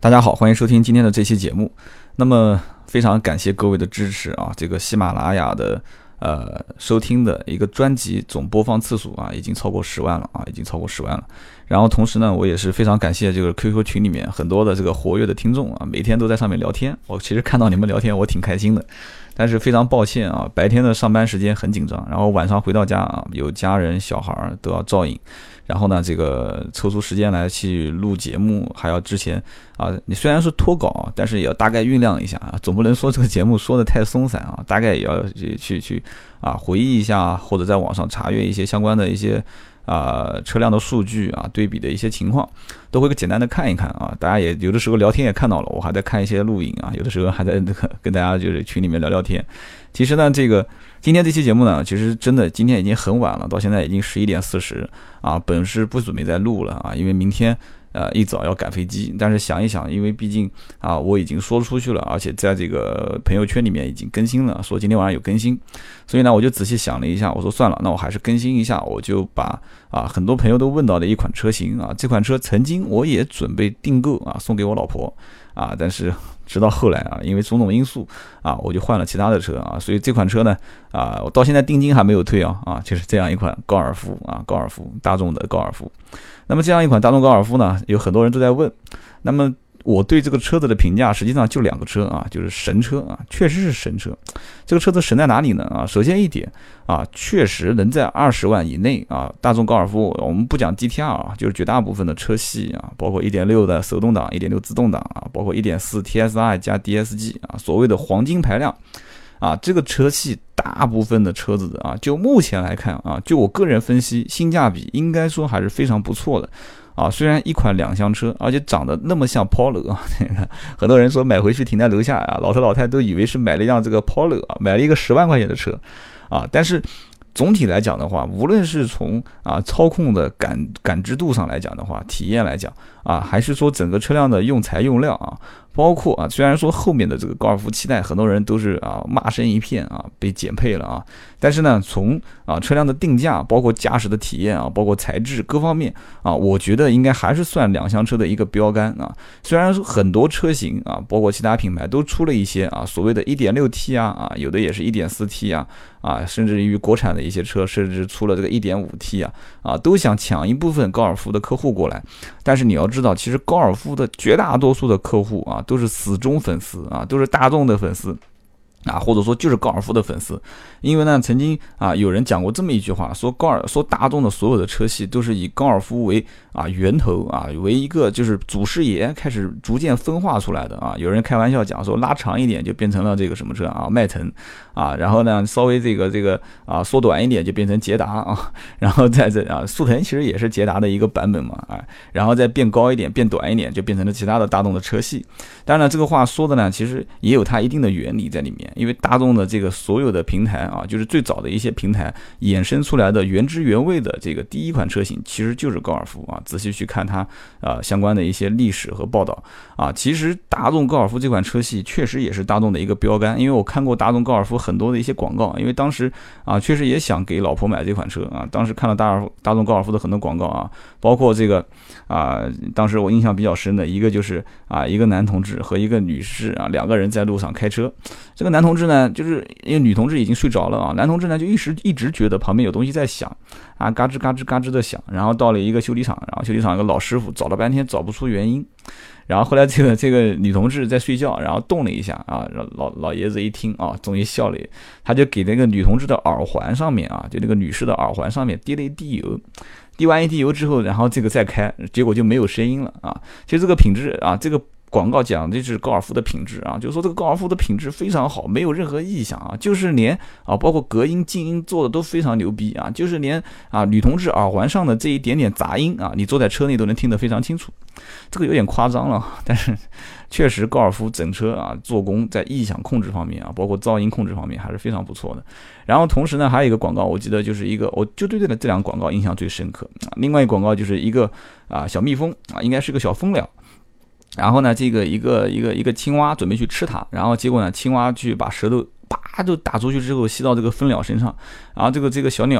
大家好，欢迎收听今天的这期节目。那么非常感谢各位的支持啊，这个喜马拉雅的收听的一个专辑总播放次数啊，已经超过10万了啊，已经超过10万了。然后同时呢，我也是非常感谢这个 QQ 群里面很多的这个活跃的听众啊，每天都在上面聊天。我其实看到你们聊天，我挺开心的。但是非常抱歉啊，白天的上班时间很紧张，然后晚上回到家啊，有家人小孩都要照应。然后呢，这个抽出时间来去录节目，还要之前啊，你虽然是脱稿，但是也要大概酝酿一下啊，总不能说这个节目说的太松散啊，大概也要去啊回忆一下，或者在网上查阅一些相关的一些车辆的数据啊，对比的一些情况，都会简单的看一看啊。大家也有的时候聊天也看到了，我还在看一些录影啊，有的时候还在跟大家就是群里面聊聊天。其实呢，这个今天这期节目呢，其实真的今天已经很晚了，到现在已经11点40啊，本是不准备再录了啊，因为明天一早要赶飞机。但是想一想，因为毕竟啊我已经说出去了，而且在这个朋友圈里面已经更新了，说今天晚上有更新，所以呢我就仔细想了一下，我说算了，那我还是更新一下，我就把很多朋友都问到的一款车型啊，这款车曾经我也准备订购啊，送给我老婆啊，但是直到后来啊，因为种种因素啊，我就换了其他的车啊，所以这款车呢我到现在定金还没有退啊，就是这样一款高尔夫啊，高尔夫大众的高尔夫。那么这样一款大众高尔夫呢，有很多人都在问，那么我对这个车子的评价实际上就2个车啊，就是神车啊，确实是神车。这个车子神在哪里呢啊？首先一点啊，确实能在20万以内啊，大众高尔夫我们不讲 GTR 啊，就是绝大部分的车系啊，包括 1.6 的手动挡、1.6 自动挡啊，包括 1.4 TSI 加 DSG 啊，所谓的黄金排量啊，这个车系大部分的车子啊，就目前来看啊，就我个人分析，性价比应该说还是非常不错的啊。虽然一款2厢车，而且长得那么像 Polo 啊，很多人说买回去停在楼下啊，老头老太都以为是买了一辆这个 Polo 啊，买了一个10万块钱的车啊。但是总体来讲的话，无论是从操控的感知度上来讲的话，体验来讲啊，还是说整个车辆的用材用料啊，包括啊，虽然说后面的这个高尔夫7代很多人都是骂声一片啊，被减配了啊，但是呢，从车辆的定价，包括驾驶的体验啊，包括材质各方面啊，我觉得应该还是算2厢车的一个标杆啊。虽然说很多车型啊，包括其他品牌都出了一些所谓的 1.6T 有的也是 1.4T 甚至于国产的一些车甚至出了这个 1.5T 都想抢一部分高尔夫的客户过来。但是你要知道，其实高尔夫的绝大多数的客户都是死忠粉丝都是大众的粉丝或者说就是高尔夫的粉丝。因为呢，曾经有人讲过这么一句话，说大众的所有的车系都是以高尔夫为源头为一个就是祖师爷开始逐渐分化出来的有人开玩笑讲说，拉长一点就变成了这个什么车迈腾然后呢稍微这个缩短一点就变成捷达然后在这速腾其实也是捷达的一个版本嘛然后再变高一点变短一点就变成了其他的大众的车系。当然了，这个话说的呢，其实也有它一定的原理在里面，因为大众的这个所有的平台就是最早的一些平台衍生出来的原汁原味的这个第一款车型其实就是高尔夫仔细去看它相关的一些历史和报道其实大众高尔夫这款车系确实也是大众的一个标杆。因为我看过大众高尔夫很多的一些广告，因为当时确实也想给老婆买这款车当时看了大众高尔夫的很多广告包括这个当时我印象比较深的一个就是一个男同志和一个女士2个人在路上开车。这个男同志呢，就是因为女同志已经睡着了男同志呢就一直觉得旁边有东西在响嘎吱嘎吱嘎吱的响。然后到了一个修理厂，然后修理厂有个老师傅找了半天找不出原因。然后后来这个女同志在睡觉，然后动了一下老爷子一听终于笑了，他就给那个女同志的耳环上面就那个女士的耳环上面滴了一滴油。滴完一滴油之后，然后这个再开，结果就没有声音了其实这个品质这个广告讲的就是高尔夫的品质就是说这个高尔夫的品质非常好，没有任何异响就是连包括隔音静音做的都非常牛逼就是连女同志耳环上的这一点点杂音你坐在车内都能听得非常清楚。这个有点夸张了，但是确实高尔夫整车做工在异响控制方面包括噪音控制方面还是非常不错的。然后同时呢，还有一个广告，我记得就是我就对这两个广告印象最深刻另外一个广告就是一个小蜜蜂应该是个小蜂鸟。然后呢，这个一个青蛙准备去吃它，然后结果呢，青蛙去把舌头啪就打出去之后吸到这个蜂鸟身上，然后这个小鸟就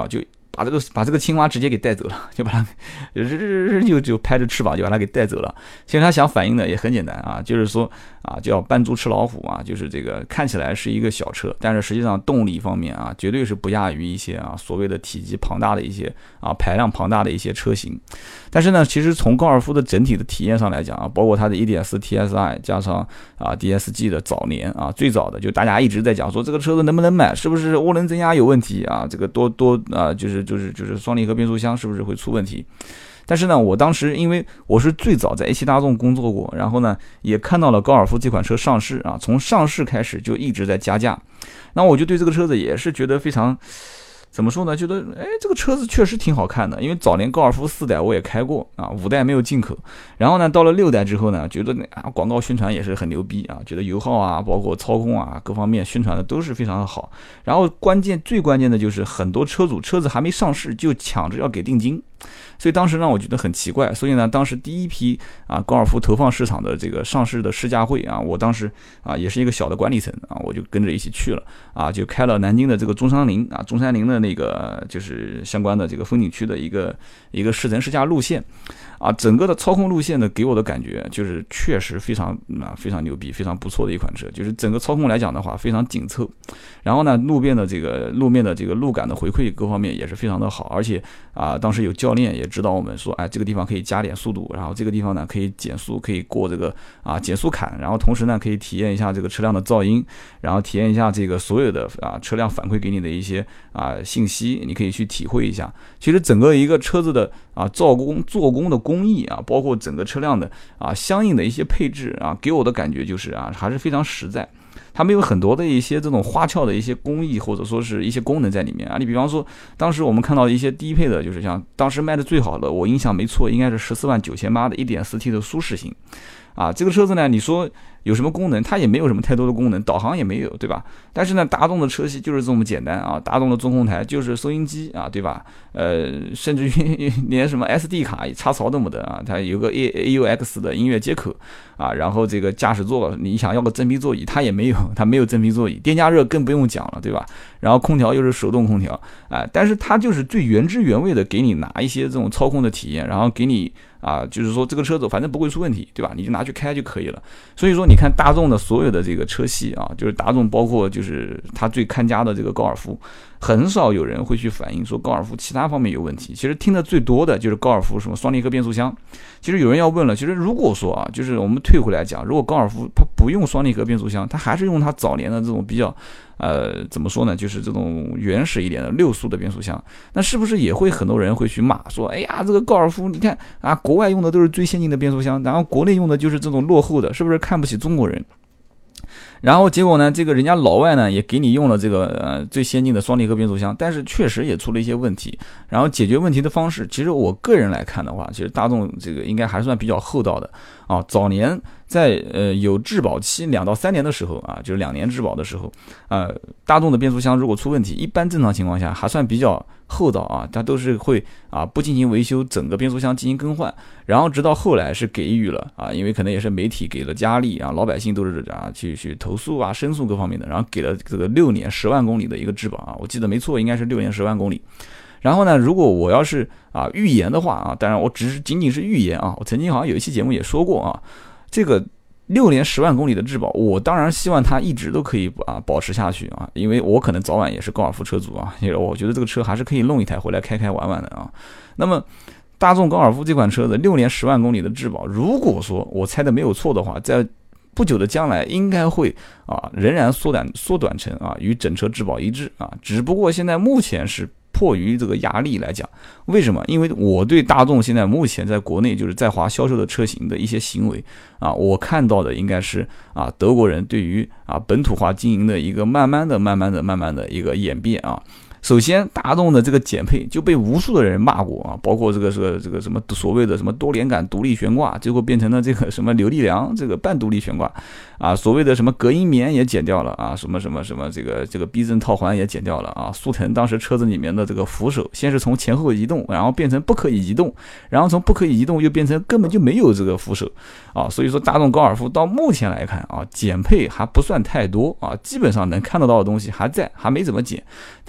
把这个青蛙直接给带走了，就把它就拍着翅膀就把它给带走了。其实他想反映的也很简单啊，就是说啊，叫扮猪吃老虎啊，就是这个看起来是一个小车，但是实际上动力方面啊，绝对是不亚于一些啊所谓的体积庞大的一些啊排量庞大的一些车型。但是呢，其实从高尔夫的整体的体验上来讲啊，包括它的 1.4 TSI 加上啊 DSG 的早年啊，最早的就大家一直在讲说这个车子能不能买，是不是涡轮增压有问题啊，这个就是双离合变速箱是不是会出问题。但是呢，我当时因为我是最早在 A7 大众工作过，然后呢也看到了高尔夫这款车上市啊，从上市开始就一直在加价，那我就对这个车子也是觉得非常怎么说呢？觉得这个车子确实挺好看的，因为早年高尔夫4代我也开过啊，5代没有进口。然后呢，到了6代之后呢，觉得广告宣传也是很牛逼啊，觉得油耗啊，包括操控啊，各方面宣传的都是非常的好。然后最关键的就是很多车主车子还没上市就抢着要给定金。所以当时让我觉得很奇怪，所以呢，当时第一批啊高尔夫投放市场的这个上市的试驾会啊，我当时啊也是一个小的管理层啊，我就跟着一起去了啊，就开了南京的这个中山陵啊，中山陵的那个就是相关的这个风景区的一个试乘试驾路线啊，整个的操控路线呢给我的感觉就是确实非常牛逼，非常不错的一款车，就是整个操控来讲的话非常紧凑，然后呢路面的这个路感的回馈各方面也是非常的好，而且啊当时有教练也指导我们说，这个地方可以加点速度，然后这个地方呢可以减速，可以过这个啊减速坎，然后同时呢可以体验一下这个车辆的噪音，然后体验一下这个所有的啊车辆反馈给你的一些啊信息，你可以去体会一下。其实整个一个车子的啊做工的工艺啊，包括整个车辆的啊相应的一些配置啊，给我的感觉就是啊还是非常实在。他们有很多的一些这种花俏的一些工艺或者说是一些功能在里面啊。你比方说，当时我们看到一些低配的，就是像当时卖的最好的，我印象没错，应该是14.9万的 1.4T 的舒适型。啊，这个车子呢，你说有什么功能？它也没有什么太多的功能，导航也没有，对吧？但是呢，大众的车系就是这么简单啊，大众的中控台就是收音机啊，对吧？甚至于连什么 SD 卡插槽都没得啊，它有个 AUX 的音乐接口啊，然后这个驾驶座你想要个真皮座椅，它也没有，它没有真皮座椅，电加热更不用讲了，对吧？然后空调又是手动空调，但是它就是最原汁原味的给你拿一些这种操控的体验，然后给你。啊，就是说这个车子反正不会出问题，对吧？你就拿去开就可以了。所以说，你看大众的所有的这个车系啊，就是大众包括就是它最看家的这个高尔夫，很少有人会去反映说高尔夫其他方面有问题。其实听的最多的就是高尔夫什么双离合变速箱。其实有人要问了，其实如果说啊，就是我们退回来讲，如果高尔夫它不用双离合变速箱，它还是用它早年的这种比较怎么说呢，就是这种原始一点的6速的变速箱，那是不是也会很多人会去骂说，哎呀，这个高尔夫你看啊，国外用的都是最先进的变速箱，然后国内用的就是这种落后的，是不是看不起中国人？然后结果呢，这个人家老外呢也给你用了这个最先进的双离合变速箱，但是确实也出了一些问题。然后解决问题的方式，其实我个人来看的话，其实大众这个应该还算比较厚道的啊。早年在有质保期2到3年的时候啊，就是2年质保的时候，大众的变速箱如果出问题，一般正常情况下还算比较厚道啊，它都是会啊不进行维修，整个变速箱进行更换。然后直到后来是给予了啊，因为可能也是媒体给了压力啊，老百姓都是啊去投诉啊、申诉各方面的，然后给了这个6年10万公里的一个质保啊，我记得没错，应该是6年10万公里。然后呢，如果我要是啊预言的话啊，当然我仅仅是预言啊，我曾经好像有一期节目也说过啊，这个6年10万公里的质保，我当然希望它一直都可以保持下去啊，因为我可能早晚也是高尔夫车主啊，因为我觉得这个车还是可以弄一台回来开开玩玩的啊。那么大众高尔夫这款车的6年10万公里的质保，如果说我猜的没有错的话，在不久的将来应该会仍然缩短成与整车质保一致啊，只不过现在目前是迫于这个压力来讲，为什么？因为我对大众现在目前在国内就是在华销售的车型的一些行为我看到的应该是德国人对于本土化经营的一个慢慢的一个演变啊。首先，大众的这个减配就被无数的人骂过啊，包括这个什么所谓的什么多连杆独立悬挂，结果变成了这个什么扭力梁这个半独立悬挂所谓的什么隔音棉也剪掉了什么这个避震套环也剪掉了速腾当时车子里面的这个扶手，先是从前后移动，然后变成不可以移动，然后从不可以移动又变成根本就没有这个扶手所以说大众高尔夫到目前来看减配还不算太多基本上能看得到的东西还在，还没怎么减，但是呢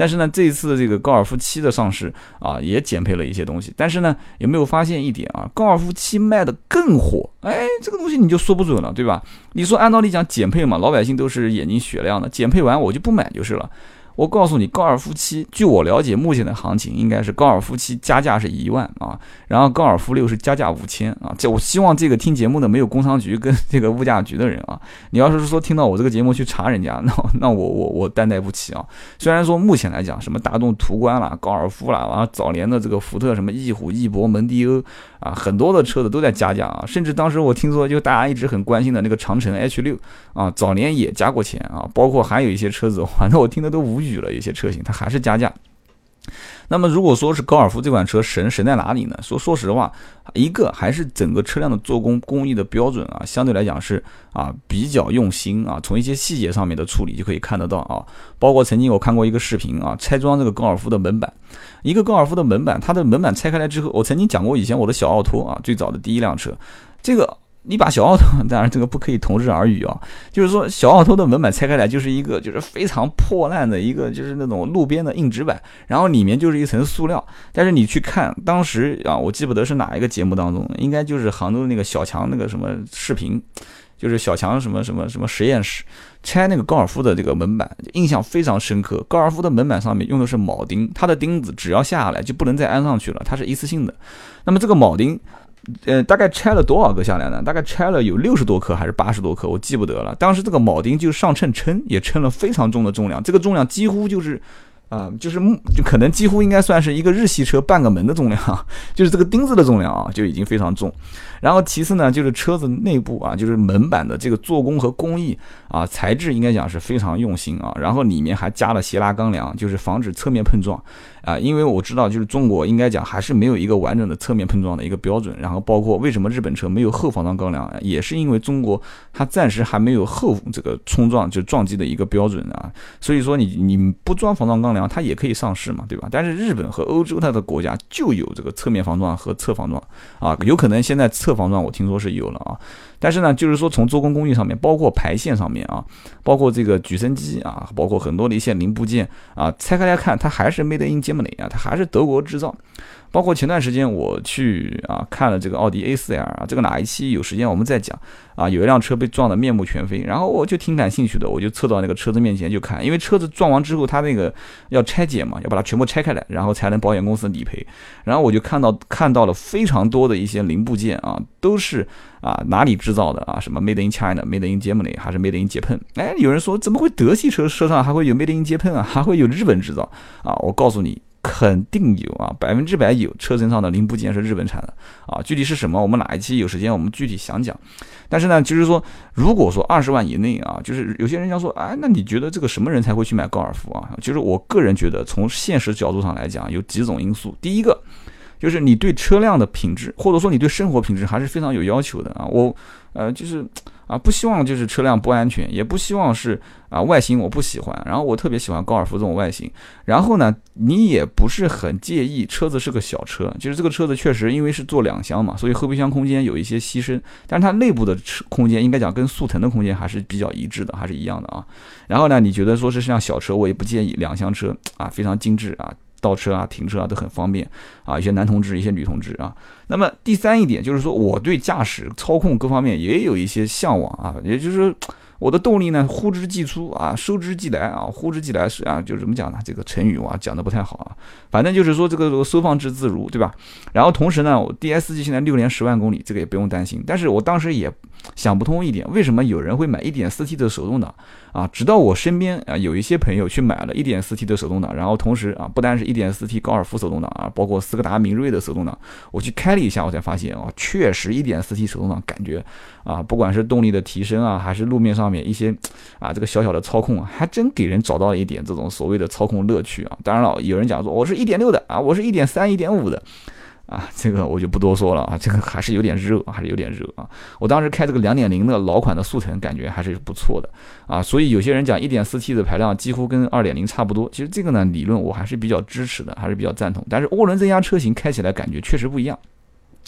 这一次这个高尔夫7的上市啊，也减配了一些东西。但是呢，有没有发现一点啊？高尔夫7卖的更火，哎，这个东西你就说不准了，对吧？你说按道理讲减配嘛，老百姓都是眼睛雪亮的，减配完我就不买就是了。我告诉你，高尔夫7，据我了解，目前的行情应该是高尔夫7加价是1万啊，然后高尔夫6是加价5000啊。我希望这个听节目的没有工商局跟这个物价局的人啊，你要是说听到我这个节目去查人家，那我担待不起啊。虽然说目前来讲，什么大众途观啦、高尔夫啦，然后早年的这个福特什么翼虎、翼博、蒙迪欧啊，很多的车子都在加价啊，甚至当时我听说就大家一直很关心的那个长城 H6啊，早年也加过钱啊，包括还有一些车子，反正我听的都无语了，一些车型它还是加价。那么如果说是高尔夫这款车神在哪里呢？说实话，一个还是整个车辆的做工工艺的标准啊，相对来讲是啊比较用心啊，从一些细节上面的处理就可以看得到啊。包括曾经我看过一个视频啊，拆装这个高尔夫的门板，一个高尔夫的门板，它的门板拆开来之后，我曾经讲过以前我的小奥拓啊，最早的第一辆车，这个。你把小奥拓，当然这个不可以同日而语啊，就是说小奥拓的门板拆开来就是一个就是非常破烂的一个就是那种路边的硬纸板，然后里面就是一层塑料。但是你去看当时啊，我记不得是哪一个节目当中，应该就是杭州那个小强那个什么视频，就是小强什么实验室拆那个高尔夫的这个门板，印象非常深刻。高尔夫的门板上面用的是铆钉，它的钉子只要下来就不能再安上去了，它是一次性的。那么这个铆钉大概拆了多少个下来呢？大概拆了有60多颗还是80多颗，我记不得了。当时这个铆钉就上秤称，也称了非常重的重量，这个重量几乎就是就可能几乎应该算是一个日系车半个门的重量，就是这个钉子的重量啊，就已经非常重。然后其次呢，就是车子内部啊，就是门板的这个做工和工艺啊，材质应该讲是非常用心啊。然后里面还加了斜拉钢梁，就是防止侧面碰撞啊。因为我知道，就是中国应该讲还是没有一个完整的侧面碰撞的一个标准。然后包括为什么日本车没有后防撞钢梁，也是因为中国它暂时还没有后这个冲撞就撞击的一个标准啊。所以说你不装防撞钢梁，它也可以上市嘛，对吧？但是日本和欧洲它的国家就有这个侧面防撞和侧防撞啊，有可能现在侧防撞我听说是有了啊，但是呢，就是说从做工工艺上面，包括排线上面啊，包括这个举升机啊，包括很多的一些零部件啊，拆开来看，它还是 Made in Germany 啊，它还是德国制造。包括前段时间我去啊看了这个奥迪 A4L 啊，这个哪一期有时间我们再讲啊。有一辆车被撞得面目全非，然后我就挺感兴趣的，我就侧到那个车子面前就看，因为车子撞完之后，它那个要拆解嘛，要把它全部拆开来，然后才能保险公司理赔。然后我就看到了非常多的一些零部件啊，都是啊哪里制造的啊，什么 Made in China、Made in Germany 还是 Made in Japan。哎，有人说怎么会德系车上还会有 Made in Japan 啊，还会有日本制造啊？我告诉你。肯定有啊，100%有车身上的零部件是日本产的啊，具体是什么，我们哪一期有时间我们具体详讲。但是呢，就是说，如果说20万以内啊，就是有些人讲说，哎，那你觉得这个什么人才会去买高尔夫啊？就是我个人觉得，从现实角度上来讲，有几种因素。第一个就是你对车辆的品质，或者说你对生活品质还是非常有要求的啊。我就是不希望就是车辆不安全，也不希望是外形我不喜欢，然后我特别喜欢高尔夫这种外形。然后呢，你也不是很介意车子是个小车，就是这个车子确实因为是做2厢嘛，所以后备箱空间有一些牺牲，但是它内部的空间应该讲跟速腾的空间还是比较一致的，还是一样的啊。然后呢，你觉得说是像小车，我也不介意2厢车啊，非常精致啊。倒车啊、停车啊都很方便啊，一些男同志、一些女同志啊。那么第三一点就是说，我对驾驶、操控各方面也有一些向往啊，也就是我的动力呢，呼之即出啊，收之即来啊，呼之即来是啊，就怎么讲呢？这个成语啊讲的不太好啊，反正就是说这个收放之自如，对吧？然后同时呢，我 DSG 现在6年10万公里，这个也不用担心。但是我当时也想不通一点，为什么有人会买 1.4T 的手动挡啊？直到我身边啊有一些朋友去买了 1.4T 的手动挡，然后同时啊不单是 1.4T 高尔夫手动挡啊，包括斯柯达明锐的手动挡，我去开了一下，我才发现啊，确实 1.4T 手动挡感觉啊，不管是动力的提升啊，还是路面上面一些啊这个小小的操控啊，还真给人找到了一点这种所谓的操控乐趣啊。当然了，有人讲说我是1.6的啊，我是1.3、1.5的。啊，这个我就不多说了啊，这个还是有点热，啊。我当时开这个2.0的老款的速腾，感觉还是不错的啊。所以有些人讲 1.4T 的排量几乎跟2.0差不多，其实这个呢理论我还是比较支持的，还是比较赞同。但是涡轮增压车型开起来感觉确实不一样。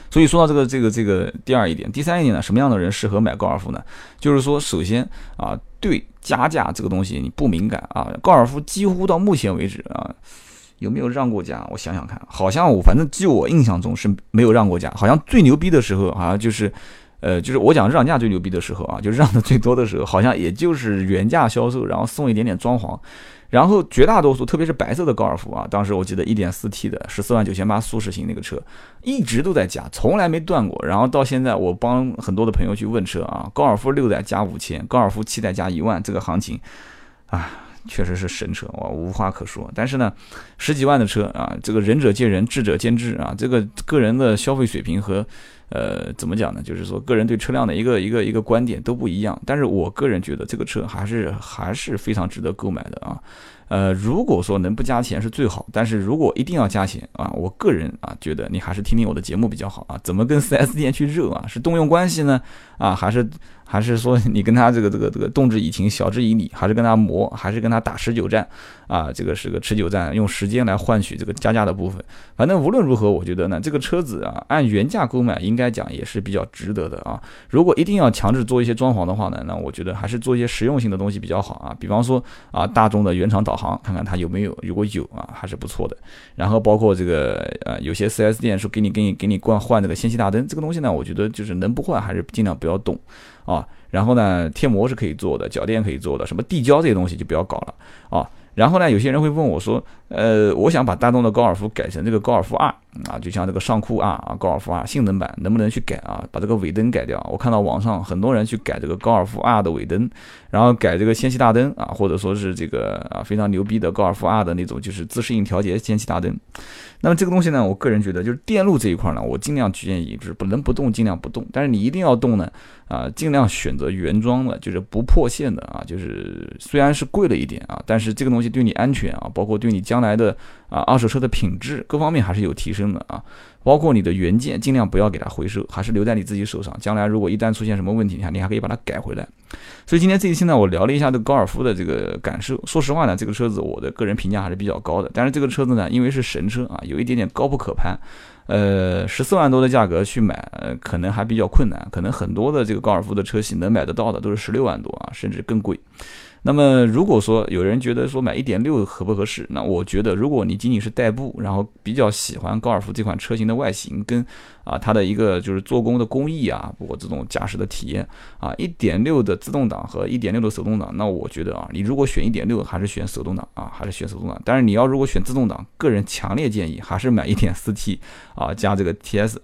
所以说到这个第二一点，第三一点呢，什么样的人适合买高尔夫呢？就是说，首先啊，对加价这个东西你不敏感啊，高尔夫几乎到目前为止啊，有没有让过价？我想想看，好像反正就我印象中是没有让过价，好像最牛逼的时候好像就是我讲让价最牛逼的时候啊，就让的最多的时候，好像也就是原价销售，然后送一点点装潢。然后绝大多数，特别是白色的高尔夫啊，当时我记得 1.4T 的14.980舒适型那个车，一直都在加，从来没断过。然后到现在，我帮很多的朋友去问车啊，高尔夫6代加5000，高尔夫7代加1万，这个行情啊，确实是神车，我无话可说。但是呢，10几万的车啊，这个仁者见仁，智者见智啊，这个个人的消费水平和怎么讲呢？就是说个人对车辆的一个观点都不一样。但是我个人觉得这个车还是非常值得购买的啊。如果说能不加钱是最好，但是如果一定要加钱啊，我个人啊觉得你还是听听我的节目比较好啊。怎么跟 4S 店去热啊？是动用关系呢啊，还是说你跟他这个动之以情，晓之以理，还是跟他磨，还是跟他打持久战啊？这个是个持久战，用时间来换取这个加价的部分。反正无论如何，我觉得呢，这个车子啊，按原价购买应该讲也是比较值得的啊。如果一定要强制做一些装潢的话呢，那我觉得还是做一些实用性的东西比较好啊。比方说啊，大众的原厂导航，看看它有没有，如果有啊，还是不错的。然后包括这个有些 4S 店说给你换这个氙气大灯，这个东西呢，我觉得就是能不换还是尽量不要动啊。然后呢，贴膜是可以做的，脚垫可以做的，什么地胶这些东西就不要搞了啊。然后呢，有些人会问我说，我想把大众的高尔夫改成这个高尔夫 R 啊，就像这个上酷 R 啊，高尔夫 R 性能版能不能去改啊？把这个尾灯改掉。我看到网上很多人去改这个高尔夫 R 的尾灯，然后改这个氙气大灯啊，或者说是这个啊非常牛逼的高尔夫 R 的那种就是自适应调节氙气大灯。那么这个东西呢，我个人觉得就是电路这一块呢，我尽量建议就是不能不动尽量不动，但是你一定要动呢啊，尽量选择原装的，就是不破线的啊，就是虽然是贵了一点啊，但是这个东西对你安全啊，包括对你将来的啊二手车的品质各方面还是有提升的啊。包括你的原件尽量不要给它回收，还是留在你自己手上，将来如果一旦出现什么问题，你还可以把它改回来。所以今天这一期呢，我聊了一下这个高尔夫的这个感受。说实话呢，这个车子我的个人评价还是比较高的，但是这个车子呢，因为是神车啊，有一点点高不可攀。14万多的价格去买，可能还比较困难，可能很多的这个高尔夫的车型能买得到的都是16万多啊，甚至更贵。那么如果说有人觉得说买 1.6 合不合适，那我觉得如果你仅仅是代步，然后比较喜欢高尔夫这款车型的外形跟啊它的一个就是做工的工艺啊，包括这种驾驶的体验啊 1.6 的自动挡和 1.6 的手动挡，那我觉得啊你如果选 1.6 还是选手动挡啊，还是选手动挡。但是你要如果选自动挡，个人强烈建议还是买 1.4T 啊加这个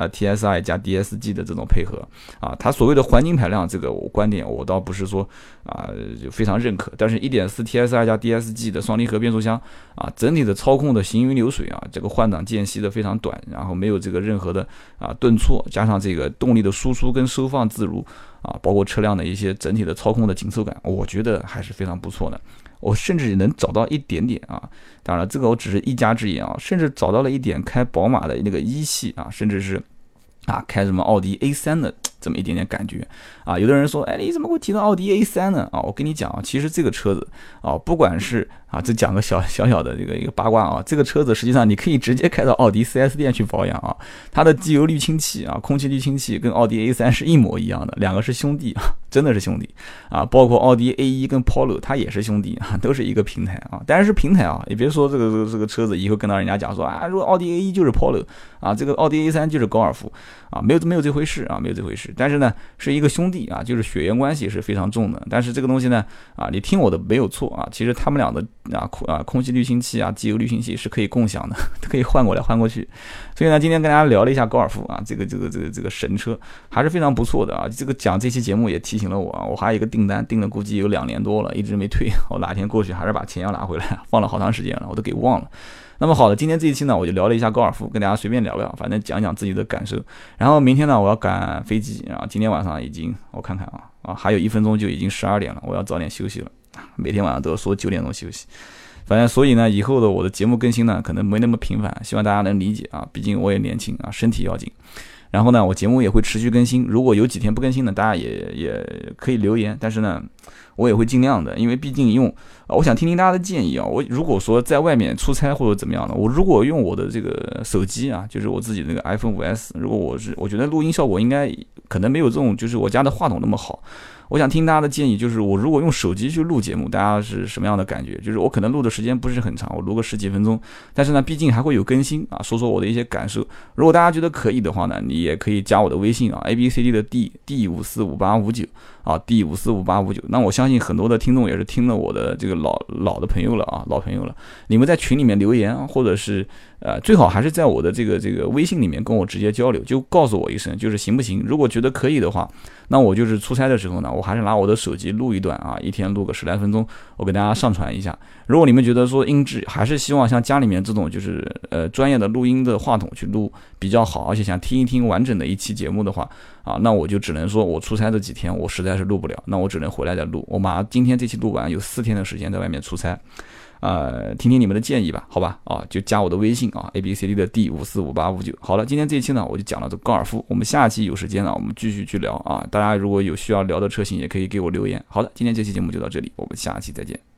TSI 加 DSG 的这种配合啊。它所谓的环境排量这个观点我倒不是说啊就非常认可，但是 1.4 TSI 加 DSG 的双离合变速箱啊，整体的操控的行云流水啊，这个换挡间隙的非常短，然后没有这个任何的啊顿挫，加上这个动力的输出跟收放自如啊，包括车辆的一些整体的操控的紧凑感，我觉得还是非常不错的。我甚至能找到一点点啊，当然了，这个我只是一家之言啊，甚至找到了一点开宝马的那个一系啊，甚至是啊开什么奥迪 A3 的这么一点点感觉啊。有的人说，哎，你怎么会提到奥迪 A3 呢？啊，我跟你讲啊，其实这个车子啊，不管是啊，这讲个小小的这个一个八卦啊，这个车子实际上你可以直接开到奥迪 4S 店去保养啊，它的机油滤清器啊、空气滤清器跟奥迪 A3 是一模一样的，两个是兄弟啊，真的是兄弟啊。包括奥迪 A1 跟 Polo 它也是兄弟啊，都是一个平台啊。当然是平台啊，也别说这个车子以后跟到人家讲说啊，如果奥迪 A1 就是 Polo 啊，这个奥迪 A3 就是高尔夫啊，没有这回事啊，没有这回事。但是呢，是一个兄弟啊，就是血缘关系是非常重的。但是这个东西呢啊，你听我的没有错啊，其实他们俩的空气滤清器啊、机油滤清器是可以共享的，可以换过来换过去。所以呢，今天跟大家聊了一下高尔夫啊，这个神车还是非常不错的啊。这期节目也提醒了我啊，我还有一个订单订了估计有2年多了，一直没退。我哪天过去还是把钱要拿回来，放了好长时间了，我都给忘了。那么好的，今天这一期呢，我就聊了一下高尔夫，跟大家随便聊聊，反正讲讲自己的感受。然后明天呢，我要赶飞机，然后今天晚上已经我看看啊，还有1分钟就已经12点了，我要早点休息了。每天晚上都要说9点钟休息。反正所以呢，以后的我的节目更新呢，可能没那么频繁，希望大家能理解啊，毕竟我也年轻啊，身体要紧。然后呢，我节目也会持续更新，如果有几天不更新呢，大家也可以留言，但是呢， 我也会尽量的，因为毕竟我想听听大家的建议啊。我如果说在外面出差或者怎么样的，我如果用我的这个手机啊，就是我自己的那个 iPhone 5S， 如果我觉得录音效果应该可能没有这种就是我家的话筒那么好。我想听大家的建议，就是我如果用手机去录节目，大家是什么样的感觉？就是我可能录的时间不是很长，我录个10几分钟，但是呢，毕竟还会有更新啊，说说我的一些感受。如果大家觉得可以的话呢，你也可以加我的微信啊 ，ABCD 的 D545859啊，D545859。那我相信很多的听众也是听了我的这个老的朋友了啊，老朋友了。你们在群里面留言啊，或者是最好还是在我的这个微信里面跟我直接交流，就告诉我一声，就是行不行？如果觉得可以的话，那我就是出差的时候呢，我还是拿我的手机录一段啊，一天录个10来分钟，我给大家上传一下。如果你们觉得说音质还是希望像家里面这种就是专业的录音的话筒去录比较好，而且想听一听完整的一期节目的话啊，那我就只能说我出差这几天我实在是录不了，那我只能回来再录。我马上今天这期录完，有4天的时间在外面出差。听听你们的建议吧，好吧，啊，就加我的微信啊 ，ABCD 的 D545859。好了，今天这一期呢，我就讲了这高尔夫，我们下期有时间呢，我们继续去聊啊。大家如果有需要聊的车型，也可以给我留言。好的，今天这期节目就到这里，我们下期再见。